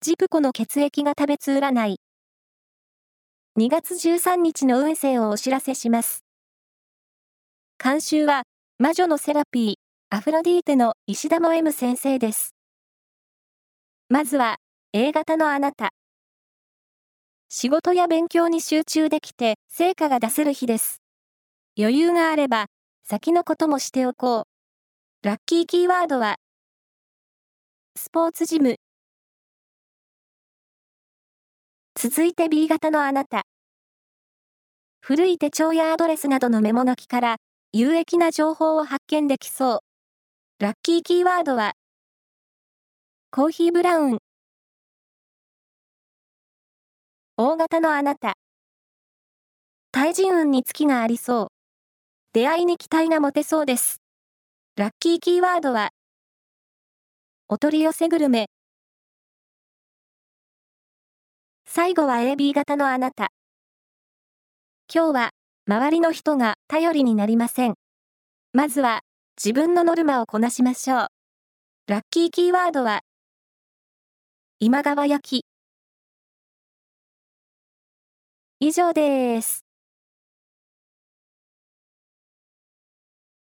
ジプコの血液が食べつ占い。2月13日の運勢をお知らせします。監修は、魔女のセラピー、アフロディーテの石田も M 先生です。まずは、A 型のあなた。仕事や勉強に集中できて、成果が出せる日です。余裕があれば、先のこともしておこう。ラッキーキーワードは、スポーツジム。続いて B 型のあなた。古い手帳やアドレスなどのメモ書きから、有益な情報を発見できそう。ラッキーキーワードは、コーヒーブラウン。O 型のあなた。対人運に月がありそう。出会いに期待が持てそうです。ラッキーキーワードは、お取り寄せグルメ。最後は AB 型のあなた。今日は、周りの人が頼りになりません。まずは、自分のノルマをこなしましょう。ラッキーキーワードは、今川焼き。以上です。